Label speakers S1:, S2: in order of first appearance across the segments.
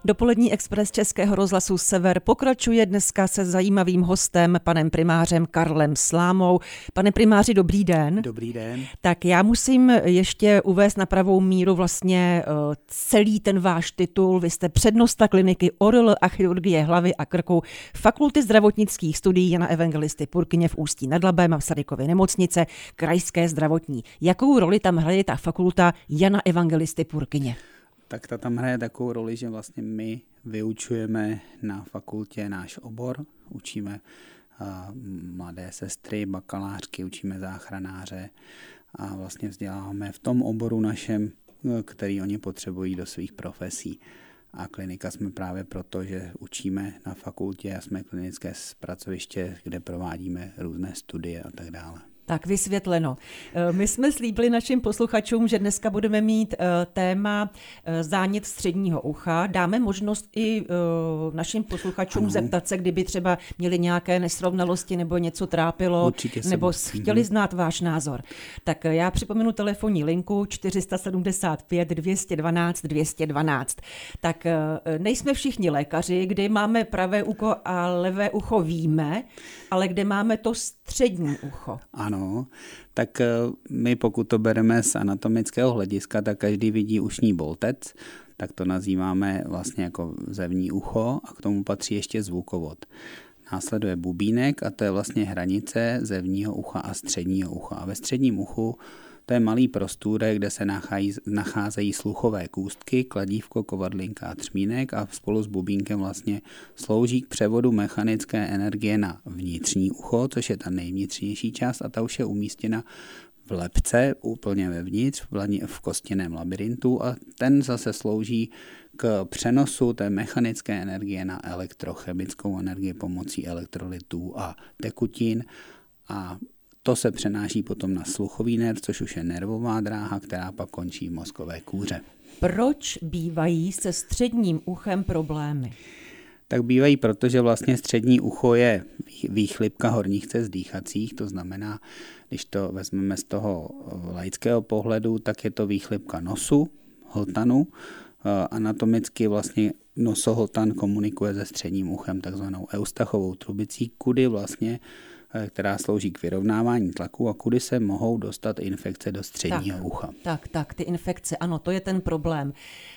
S1: Dopolední expres Českého rozhlasu Sever pokračuje dneska se zajímavým hostem, panem primářem Karlem Slámou. Pane primáři, dobrý den.
S2: Dobrý den.
S1: Tak já musím ještě uvést na pravou míru vlastně celý ten váš titul. Vy jste přednosta kliniky ORL a chirurgie hlavy a krku Fakulty zdravotnických studií Jana Evangelisty Purkyně v Ústí nad Labem a v Masarykově nemocnice Krajské zdravotní. Jakou roli tam hraje ta fakulta Jana Evangelisty Purkyně?
S2: Tak ta tam hraje takovou roli, že vlastně my vyučujeme na fakultě náš obor, učíme mladé sestry, bakalářky, učíme záchranáře a vlastně vzděláváme v tom oboru našem, který oni potřebují do svých profesí. A klinika jsme právě proto, že učíme na fakultě a jsme klinické pracoviště, kde provádíme různé studie a tak dále.
S1: Tak vysvětleno. My jsme slíbili našim posluchačům, že dneska budeme mít téma zánět středního ucha. Dáme možnost i našim posluchačům zeptat se, kdyby třeba měli nějaké nesrovnalosti nebo něco trápilo, nebo chtěli znát váš názor. Tak já připomenu telefonní linku 475 212 212. Tak nejsme všichni lékaři, kdy máme pravé ucho a levé ucho víme, ale kde máme to střední ucho.
S2: Ano, tak my pokud to bereme z anatomického hlediska, tak každý vidí ušní boltec, tak to nazýváme vlastně jako zevní ucho a k tomu patří ještě zvukovod. Následuje bubínek a to je vlastně hranice zevního ucha a středního ucha. A ve středním uchu to je malý prostůrek, kde se nacházejí sluchové kůstky, kladívko, kovadlinka a třmínek a spolu s bubínkem vlastně slouží k převodu mechanické energie na vnitřní ucho, což je ta nejvnitřnější část a ta už je umístěna v lebce, úplně vevnitř, v kostěném labirintu a ten zase slouží k přenosu té mechanické energie na elektrochemickou energii pomocí elektrolytů a tekutin a to se přenáší potom na sluchový nerv, což už je nervová dráha, která pak končí v mozkové kůře.
S1: Proč bývají se středním uchem problémy?
S2: Tak bývají, protože vlastně střední ucho je výchlipka horních cest dýchacích, to znamená, když to vezmeme z toho laického pohledu, tak je to výchlipka nosu, hltanu. Anatomicky vlastně nosohltan komunikuje se středním uchem, takzvanou eustachovou trubicí, kudy vlastně která slouží k vyrovnávání tlaku a kudy se mohou dostat infekce do středního ucha.
S1: Tak, ty infekce, ano, to je ten problém.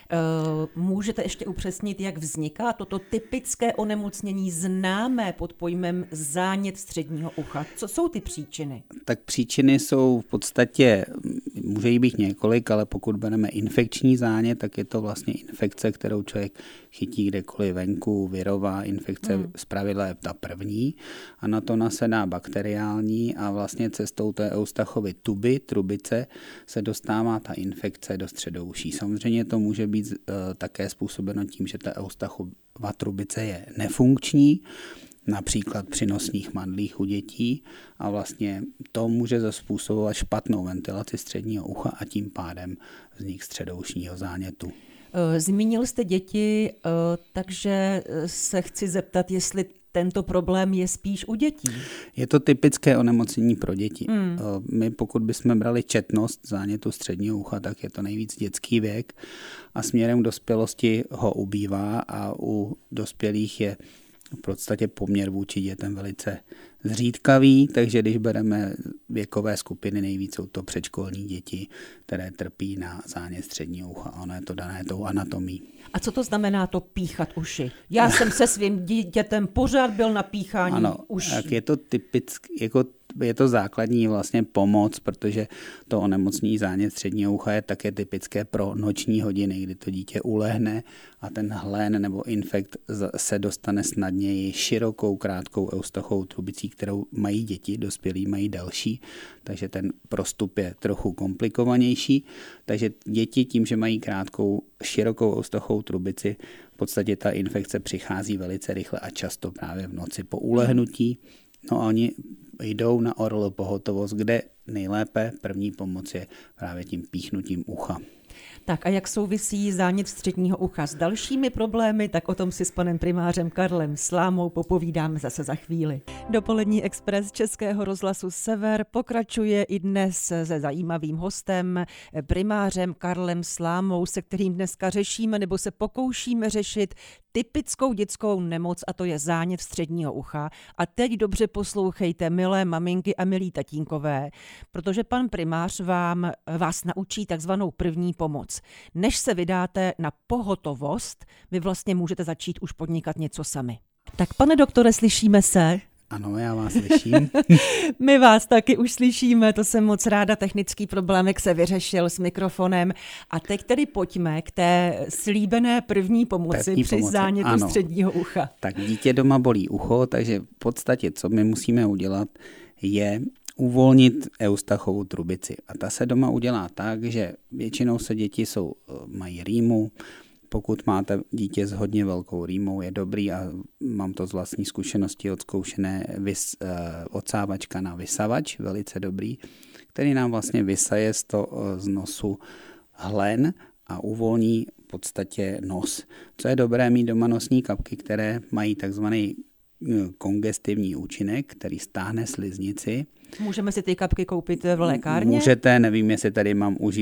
S1: Můžete ještě upřesnit, jak vzniká toto typické onemocnění známé pod pojmem zánět středního ucha? Co jsou ty příčiny?
S2: Tak příčiny jsou v podstatě, může jí být několik, ale pokud bereme infekční zánět, tak je to vlastně infekce, kterou člověk chytí kdekoliv venku, virová infekce, zpravidla je ta první a na to nasedá bakteriální a vlastně cestou té Eustachovy trubice se dostává ta infekce do středouší. Samozřejmě to může být také způsobeno tím, že ta Eustachova trubice je nefunkční, například při nosních mandlích u dětí a vlastně to může způsobovat špatnou ventilaci středního ucha a tím pádem vznik středoušního zánětu.
S1: Zmínil jste děti, takže se chci zeptat, jestli tento problém je spíš u dětí.
S2: Je to typické onemocnění pro děti. My pokud bychom brali četnost zánětu středního ucha, tak je to nejvíc dětský věk a směrem k dospělosti ho ubývá a u dospělých je v podstatě poměr vůči dětem velice zřídkavý, takže když bereme věkové skupiny, nejvíc jsou to předškolní děti, které trpí na zánět středního ucha. Ono je to dané tou anatomií.
S1: A co to znamená to píchat uši? Já jsem se svým dětem pořád byl na píchání uší.
S2: Tak je to typicky, je to základní vlastně pomoc, protože to onemocnění zánět středního ucha je také typické pro noční hodiny, kdy to dítě ulehne a ten hlen nebo infekt se dostane snadněji širokou, krátkou eustachovou trubicí, kterou mají děti, dospělí mají delší, takže ten prostup je trochu komplikovanější. Takže děti tím, že mají krátkou, širokou eustachovou trubici, v podstatě ta infekce přichází velice rychle a často právě v noci po ulehnutí. No a oni jdou na ORL pohotovost, kde nejlépe první pomoc je právě tím píchnutím ucha.
S1: Tak a jak souvisí zánět středního ucha s dalšími problémy, tak o tom si s panem primářem Karlem Slámou popovídáme zase za chvíli. Dopolední Express Českého rozhlasu Sever pokračuje i dnes se zajímavým hostem, primářem Karlem Slámou, se kterým dneska řešíme nebo se pokoušíme řešit typickou dětskou nemoc, a to je zánět středního ucha. A teď dobře poslouchejte, milé maminky a milí tatínkové, protože pan primář vás naučí takzvanou první pomoc. Než se vydáte na pohotovost, vy vlastně můžete začít už podnikat něco sami. Tak pane doktore, slyšíme se?
S2: Ano, já vás slyším.
S1: My vás taky už slyšíme, to jsem moc ráda, technický problémek se vyřešil s mikrofonem. A teď tedy pojďme k té slíbené první pomoci při zánětu středního ucha.
S2: Tak dítě doma bolí ucho, takže v podstatě, co my musíme udělat, je uvolnit Eustachovou trubici. A ta se doma udělá tak, že většinou se děti mají rýmu. Pokud máte dítě s hodně velkou rýmou, je dobrý, a mám to z vlastní zkušenosti odzkoušené, odsávačka na vysavač, velice dobrý, který nám vlastně vysaje z nosu hlen a uvolní v podstatě nos. Co je dobré, mít doma nosní kapky, které mají takzvaný kongestivní účinek, který stáhne sliznici.
S1: Můžeme si ty kapky koupit v lékárně?
S2: Můžete, nevím, jestli tady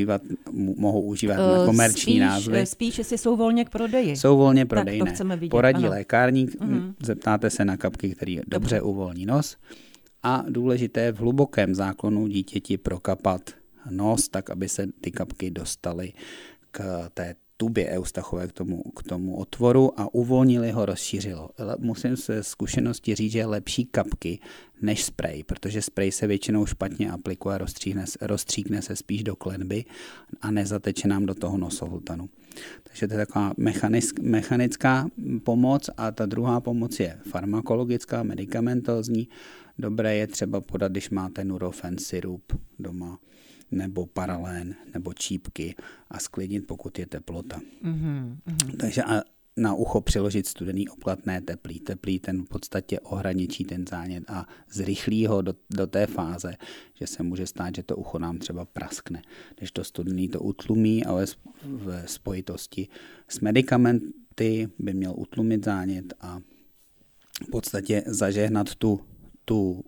S2: mohu užívat na komerční názvy.
S1: Spíš, jestli jsou volně k prodeji.
S2: Jsou volně prodejné.
S1: Tak to chceme vidět.
S2: Poradí lékárník, zeptáte se na kapky, který dobře uvolní nos. A důležité je v hlubokém záklonu dítěti prokapat nos, tak aby se ty kapky dostaly k té tubě Eustachové, k tomu otvoru a uvolnili ho, rozšířilo. Musím se zkušenosti říct, že je lepší kapky než sprej, protože sprej se většinou špatně aplikuje, rozstříkne se spíš do klenby a nezateče nám do toho nosohltanu. Takže to je taková mechanická pomoc, a ta druhá pomoc je farmakologická, medicamentózní. Dobré je třeba podat, když máte Nurofen sirup doma, nebo paralén, nebo čípky, a sklidnit, pokud je teplota. Takže a na ucho přiložit studený obklad, ne teplý. Teplý ten v podstatě ohraničí ten zánět a zrychlí ho do té fáze, že se může stát, že to ucho nám třeba praskne. Když to studený to utlumí, ale ve spojitosti s medicamenty by měl utlumit zánět a v podstatě zažehnat tu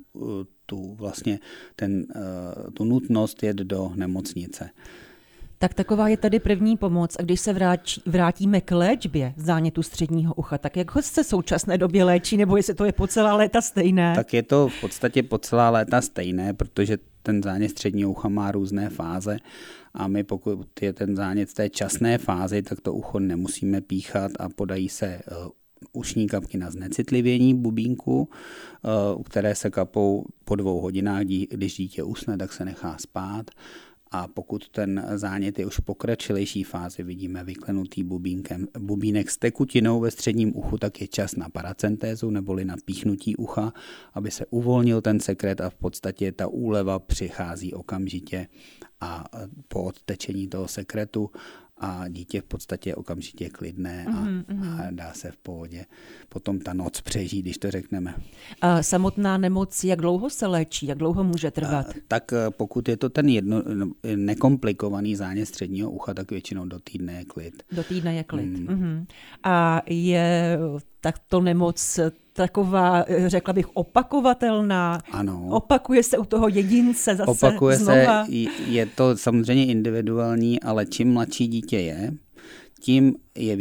S2: nutnost jet do nemocnice.
S1: Tak taková je tady první pomoc. A když se vrátíme k léčbě zánětu středního ucha, tak jak ho se v současné době léčí, nebo jestli to je po celá léta stejné?
S2: Tak je to v podstatě po celá léta stejné, protože ten zánět středního ucha má různé fáze a my, pokud je ten zánět v té časné fázi, tak to ucho nemusíme píchat a podají se ušní kapky na znecitlivění bubínku, které se kapou po 2 hodinách, když dítě usne, tak se nechá spát. A pokud ten zánět je už v pokročilejší fázi, vidíme vyklenutý bubínek s tekutinou ve středním uchu, tak je čas na paracentézu neboli na píchnutí ucha, aby se uvolnil ten sekret a v podstatě ta úleva přichází okamžitě a po odtečení toho sekretu a dítě v podstatě okamžitě klidné a dá se v pohodě potom ta noc přežít, když to řekneme.
S1: A samotná nemoc, jak dlouho se léčí, jak dlouho může trvat?
S2: Tak pokud je to ten nekomplikovaný zánět středního ucha, tak většinou do týdne je klid.
S1: Do týdne je klid. A je takto nemoc taková, řekla bych, opakovatelná?
S2: Ano.
S1: Opakuje se u toho jedince zase
S2: Opakuje
S1: znova?
S2: se, je to samozřejmě individuální, ale čím mladší dítě je, tím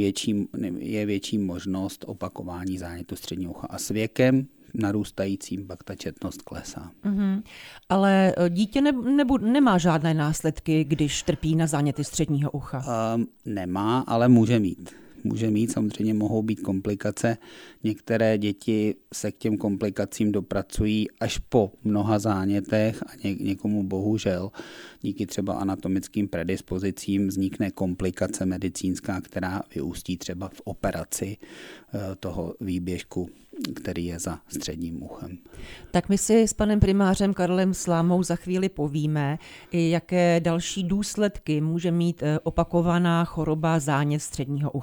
S2: je větší možnost opakování zánětu středního ucha. A s věkem narůstajícím pak ta četnost klesá.
S1: Ale dítě nemá žádné následky, když trpí na záněty středního ucha?
S2: Nemá, ale může mít. Samozřejmě mohou být komplikace. Některé děti se k těm komplikacím dopracují až po mnoha zánětech a někomu bohužel díky třeba anatomickým predispozicím vznikne komplikace medicínská, která vyústí třeba v operaci toho výběžku, který je za středním uchem.
S1: Tak my si s panem primářem Karlem Slámou za chvíli povíme, jaké další důsledky může mít opakovaná choroba zánět středního ucha.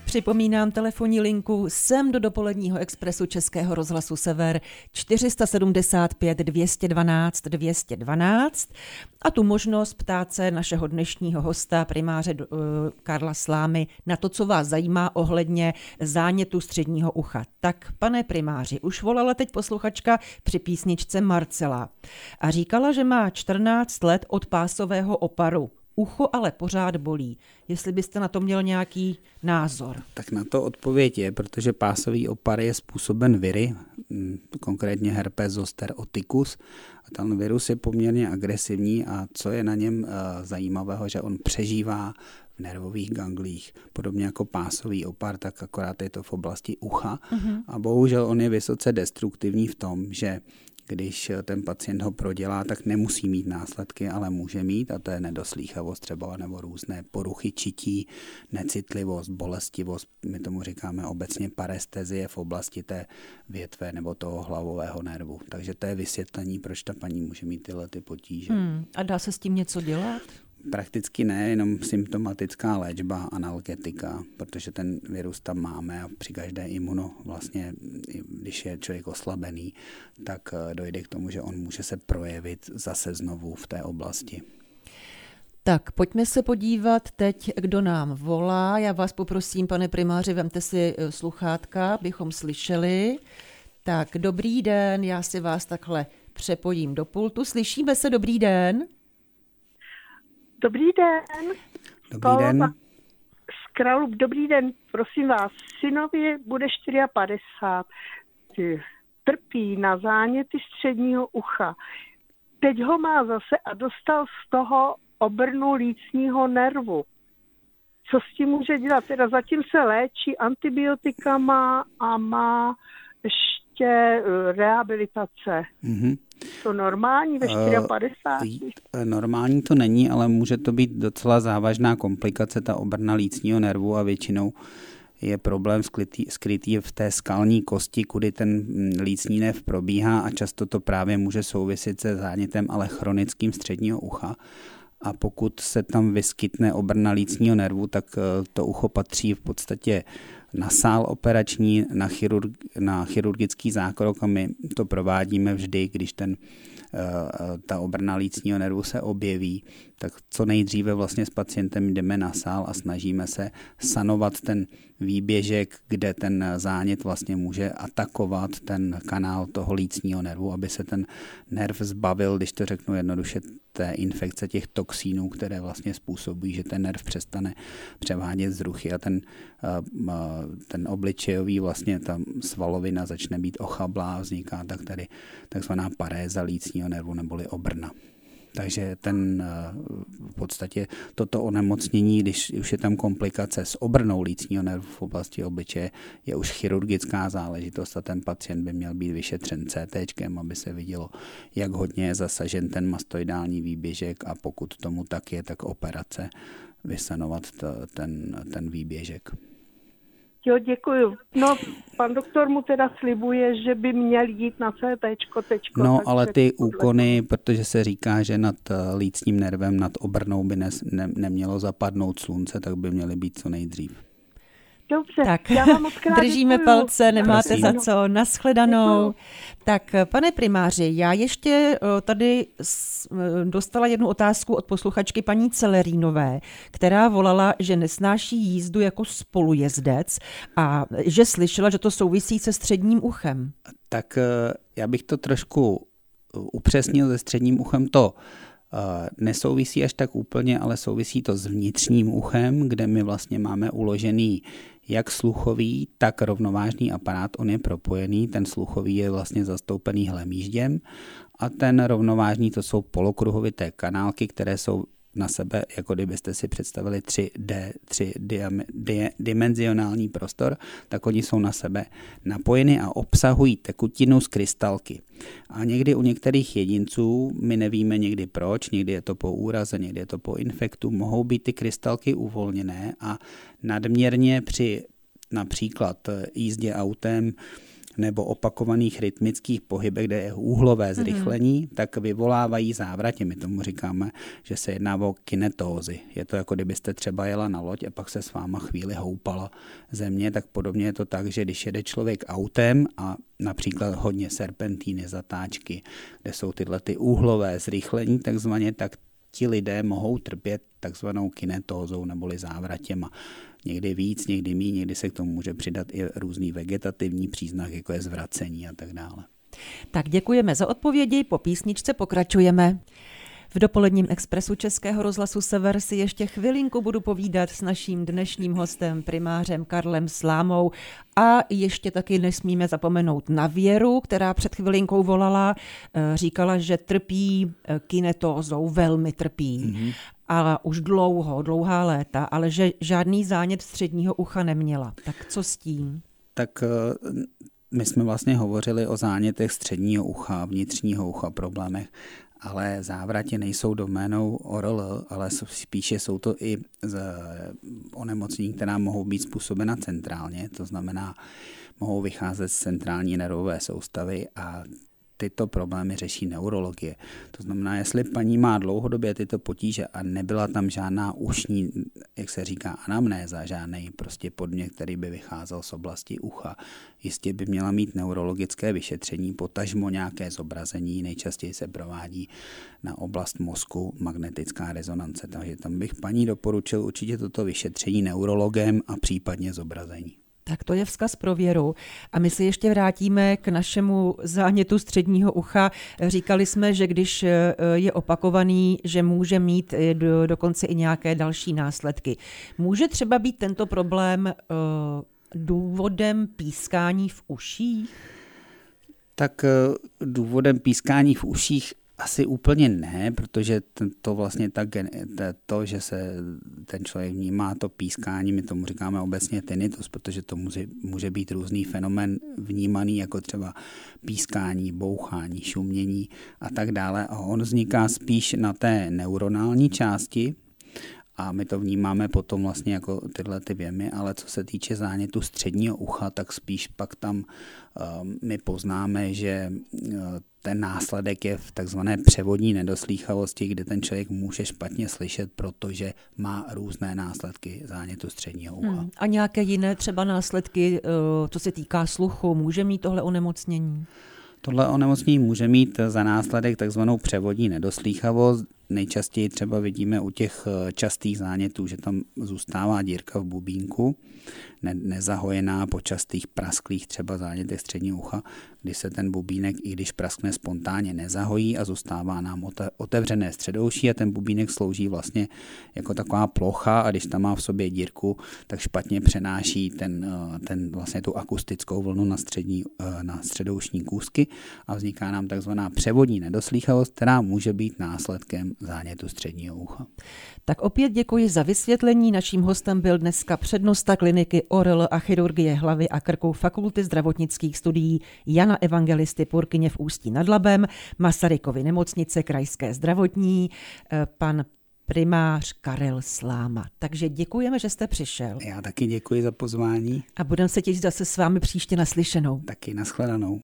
S1: Připomínám telefonní linku sem do dopoledního expresu Českého rozhlasu Sever 475 212 212 a tu možnost ptát se našeho dnešního hosta, primáře Karla Slámy, na to, co vás zajímá ohledně zánětu středního ucha. Tak, pane primáři, už volala teď posluchačka při písničce Marcela a říkala, že má 14 let od pásového oparu. Ucho ale pořád bolí. Jestli byste na to měl nějaký názor.
S2: Tak na to odpověď je, protože pásový opar je způsoben viry, konkrétně herpes zoster oticus. A ten virus je poměrně agresivní a co je na něm zajímavého, že on přežívá v nervových ganglích. Podobně jako pásový opar, tak akorát je to v oblasti ucha. A bohužel on je vysoce destruktivní v tom, že když ten pacient ho prodělá, tak nemusí mít následky, ale může mít, a to je nedoslýchavost třeba nebo různé poruchy čití, necitlivost, bolestivost, my tomu říkáme obecně parestezie v oblasti té větve nebo toho hlavového nervu. Takže to je vysvětlení, proč ta paní může mít tyhle ty potíže.
S1: A dá se s tím něco dělat?
S2: Prakticky ne, jenom symptomatická léčba, analgetika, protože ten virus tam máme a při každé vlastně, když je člověk oslabený, tak dojde k tomu, že on může se projevit zase znovu v té oblasti.
S1: Tak, pojďme se podívat teď, kdo nám volá. Já vás poprosím, pane primáři, vemte si sluchátka, abychom slyšeli. Tak, dobrý den, já si vás takhle přepojím do pultu. Slyšíme se, dobrý den?
S3: Dobrý den.
S2: Dobrý den.
S3: Z Králův, dobrý den, prosím vás, synovi bude 54. Trpí na záněty středního ucha. Teď ho má zase a dostal z toho obrnu lícního nervu. Co s tím může dělat? Teda zatím se léčí antibiotikama a má ještě rehabilitace. To normální ve 54?
S2: Normální to není, ale může to být docela závažná komplikace, ta obrna lícního nervu a většinou je problém skrytý v té skalní kosti, kudy ten lícní nerv probíhá a často to právě může souviset se zánětem, ale chronickým středního ucha. A pokud se tam vyskytne obrna lícního nervu, tak to ucho patří v podstatě na sál operační, na chirurgický zákrok a my to provádíme vždy, když ta obrna lícního nervu se objeví, tak co nejdříve vlastně s pacientem jdeme na sál a snažíme se sanovat ten výběžek, kde ten zánět vlastně může atakovat ten kanál toho lícního nervu, aby se ten nerv zbavil, když to řeknu jednoduše, té infekce těch toxínů, které vlastně způsobují, že ten nerv přestane převádět vzruchy a ten obličejový vlastně ta svalovina začne být ochablá, vzniká tak tady takzvaná paréza lícního nervu neboli obrna. Takže v podstatě toto onemocnění, když už je tam komplikace s obrnou lícního nervu v oblasti obličeje, je už chirurgická záležitost a ten pacient by měl být vyšetřen CTčkem, aby se vidělo, jak hodně je zasažen ten mastoidální výběžek a pokud tomu tak je, tak operace vysanovat ten výběžek.
S3: Jo, děkuju. No, pan doktor mu teda slibuje, že by měl jít na CTčko.
S2: No, ale ty úkony, protože se říká, že nad lícním nervem, nad obrnou by nemělo zapadnout slunce, tak by měly být co nejdřív.
S3: Dobře,
S1: tak,
S3: já vám moc krát
S1: držíme
S3: děkuju.
S1: palce, nemáte
S2: Prosím.
S1: za co, nashledanou.
S3: Děkuju.
S1: Tak, pane primáři, já ještě tady dostala jednu otázku od posluchačky paní Celerínové, která volala, že nesnáší jízdu jako spolujezdec a že slyšela, že to souvisí se středním uchem.
S2: Tak já bych to trošku upřesnil, se středním uchem to nesouvisí až tak úplně, ale souvisí to s vnitřním uchem, kde my vlastně máme uložený jak sluchový, tak rovnovážný aparát. On je propojený, ten sluchový je vlastně zastoupený hlemýžděm a ten rovnovážný to jsou polokruhovité kanálky, které jsou na sebe, jako kdybyste si představili 3D dimenzionální prostor, tak oni jsou na sebe napojeny a obsahují tekutinu z krystalky. A někdy u některých jedinců, my nevíme někdy proč, někdy je to po úraze, někdy je to po infektu, mohou být ty krystalky uvolněné a nadměrně při například jízdě autem nebo opakovaných rytmických pohybech, kde je úhlové zrychlení, tak vyvolávají závratě. My tomu říkáme, že se jedná o kinetózy. Je to jako kdybyste třeba jela na loď a pak se s váma chvíli houpala země, tak podobně je to tak, že když jede člověk autem a například hodně serpentíny, zatáčky, kde jsou tyhle ty úhlové zrychlení takzvaně, tak ti lidé mohou trpět takzvanou kinetózou neboli závratěma. Někdy víc, někdy míň, někdy se k tomu může přidat i různý vegetativní příznak, jako je zvracení a tak dále.
S1: Tak děkujeme za odpovědi, po písničce pokračujeme. V dopoledním expresu Českého rozhlasu Sever si ještě chvilinku budu povídat s naším dnešním hostem, primářem Karlem Slámou, a ještě taky nesmíme zapomenout na Věru, která před chvilinkou volala, říkala, že trpí kinetózou, velmi trpí. A už dlouhá léta, ale že žádný zánět středního ucha neměla. Tak co s tím?
S2: Tak my jsme vlastně hovořili o zánětech středního ucha, vnitřního ucha, problémech, ale závratě nejsou doménou ORL, ale spíše jsou to i onemocnění, která mohou být způsobena centrálně, to znamená, mohou vycházet z centrální nervové soustavy a tyto problémy řeší neurologie. To znamená, jestli paní má dlouhodobě tyto potíže a nebyla tam žádná ušní, jak se říká, anamnéza, žádný prostě podmět, který by vycházel z oblasti ucha, jistě by měla mít neurologické vyšetření, potažmo nějaké zobrazení, nejčastěji se provádí na oblast mozku magnetická rezonance, takže tam bych paní doporučil určitě toto vyšetření neurologem a případně zobrazení.
S1: Tak to je vzkaz pro Věru. A my se ještě vrátíme k našemu zánětu středního ucha. Říkali jsme, že když je opakovaný, že může mít dokonce i nějaké další následky. Může třeba být tento problém důvodem pískání v uších?
S2: Tak důvodem pískání v uších asi úplně ne, protože to vlastně to, že se ten člověk vnímá to pískání, my tomu říkáme obecně tinnitus, protože to může být různý fenomén vnímaný jako třeba pískání, bouchání, šumění a tak dále. A on vzniká spíš na té neuronální části, a my to vnímáme potom vlastně jako tyhle ty věmy, ale co se týče zánětu středního ucha, tak spíš pak tam my poznáme, že ten následek je v takzvané převodní nedoslýchavosti, kde ten člověk může špatně slyšet, protože má různé následky zánětu středního ucha.
S1: A nějaké jiné třeba následky, co se týká sluchu, může mít tohle onemocnění?
S2: Tohle onemocnění může mít za následek takzvanou převodní nedoslýchavost. Nejčastěji třeba vidíme u těch častých zánětů, že tam zůstává dírka v bubínku, nezahojená po častých prasklých třeba zánětech středního ucha, kdy se ten bubínek, i když praskne spontánně, nezahojí a zůstává nám otevřené středouší a ten bubínek slouží vlastně jako taková plocha a když tam má v sobě dírku, tak špatně přenáší vlastně tu akustickou vlnu na středoušní kůstky a vzniká nám takzvaná převodní nedoslýchavost, která může být následkem zánětu středního ucha.
S1: Tak opět děkuji za vysvětlení. Naším hostem byl dneska přednosta kliniky ORL a chirurgie hlavy a krku Fakulty zdravotnických studií Jana Evangelisty Purkyně v Ústí nad Labem, Masarykovy nemocnice krajské zdravotní, pan primář Karel Sláma. Takže děkujeme, že jste přišel.
S2: Já taky děkuji za pozvání.
S1: A budeme se těšit zase s vámi příště naslyšenou.
S2: Taky nashledanou.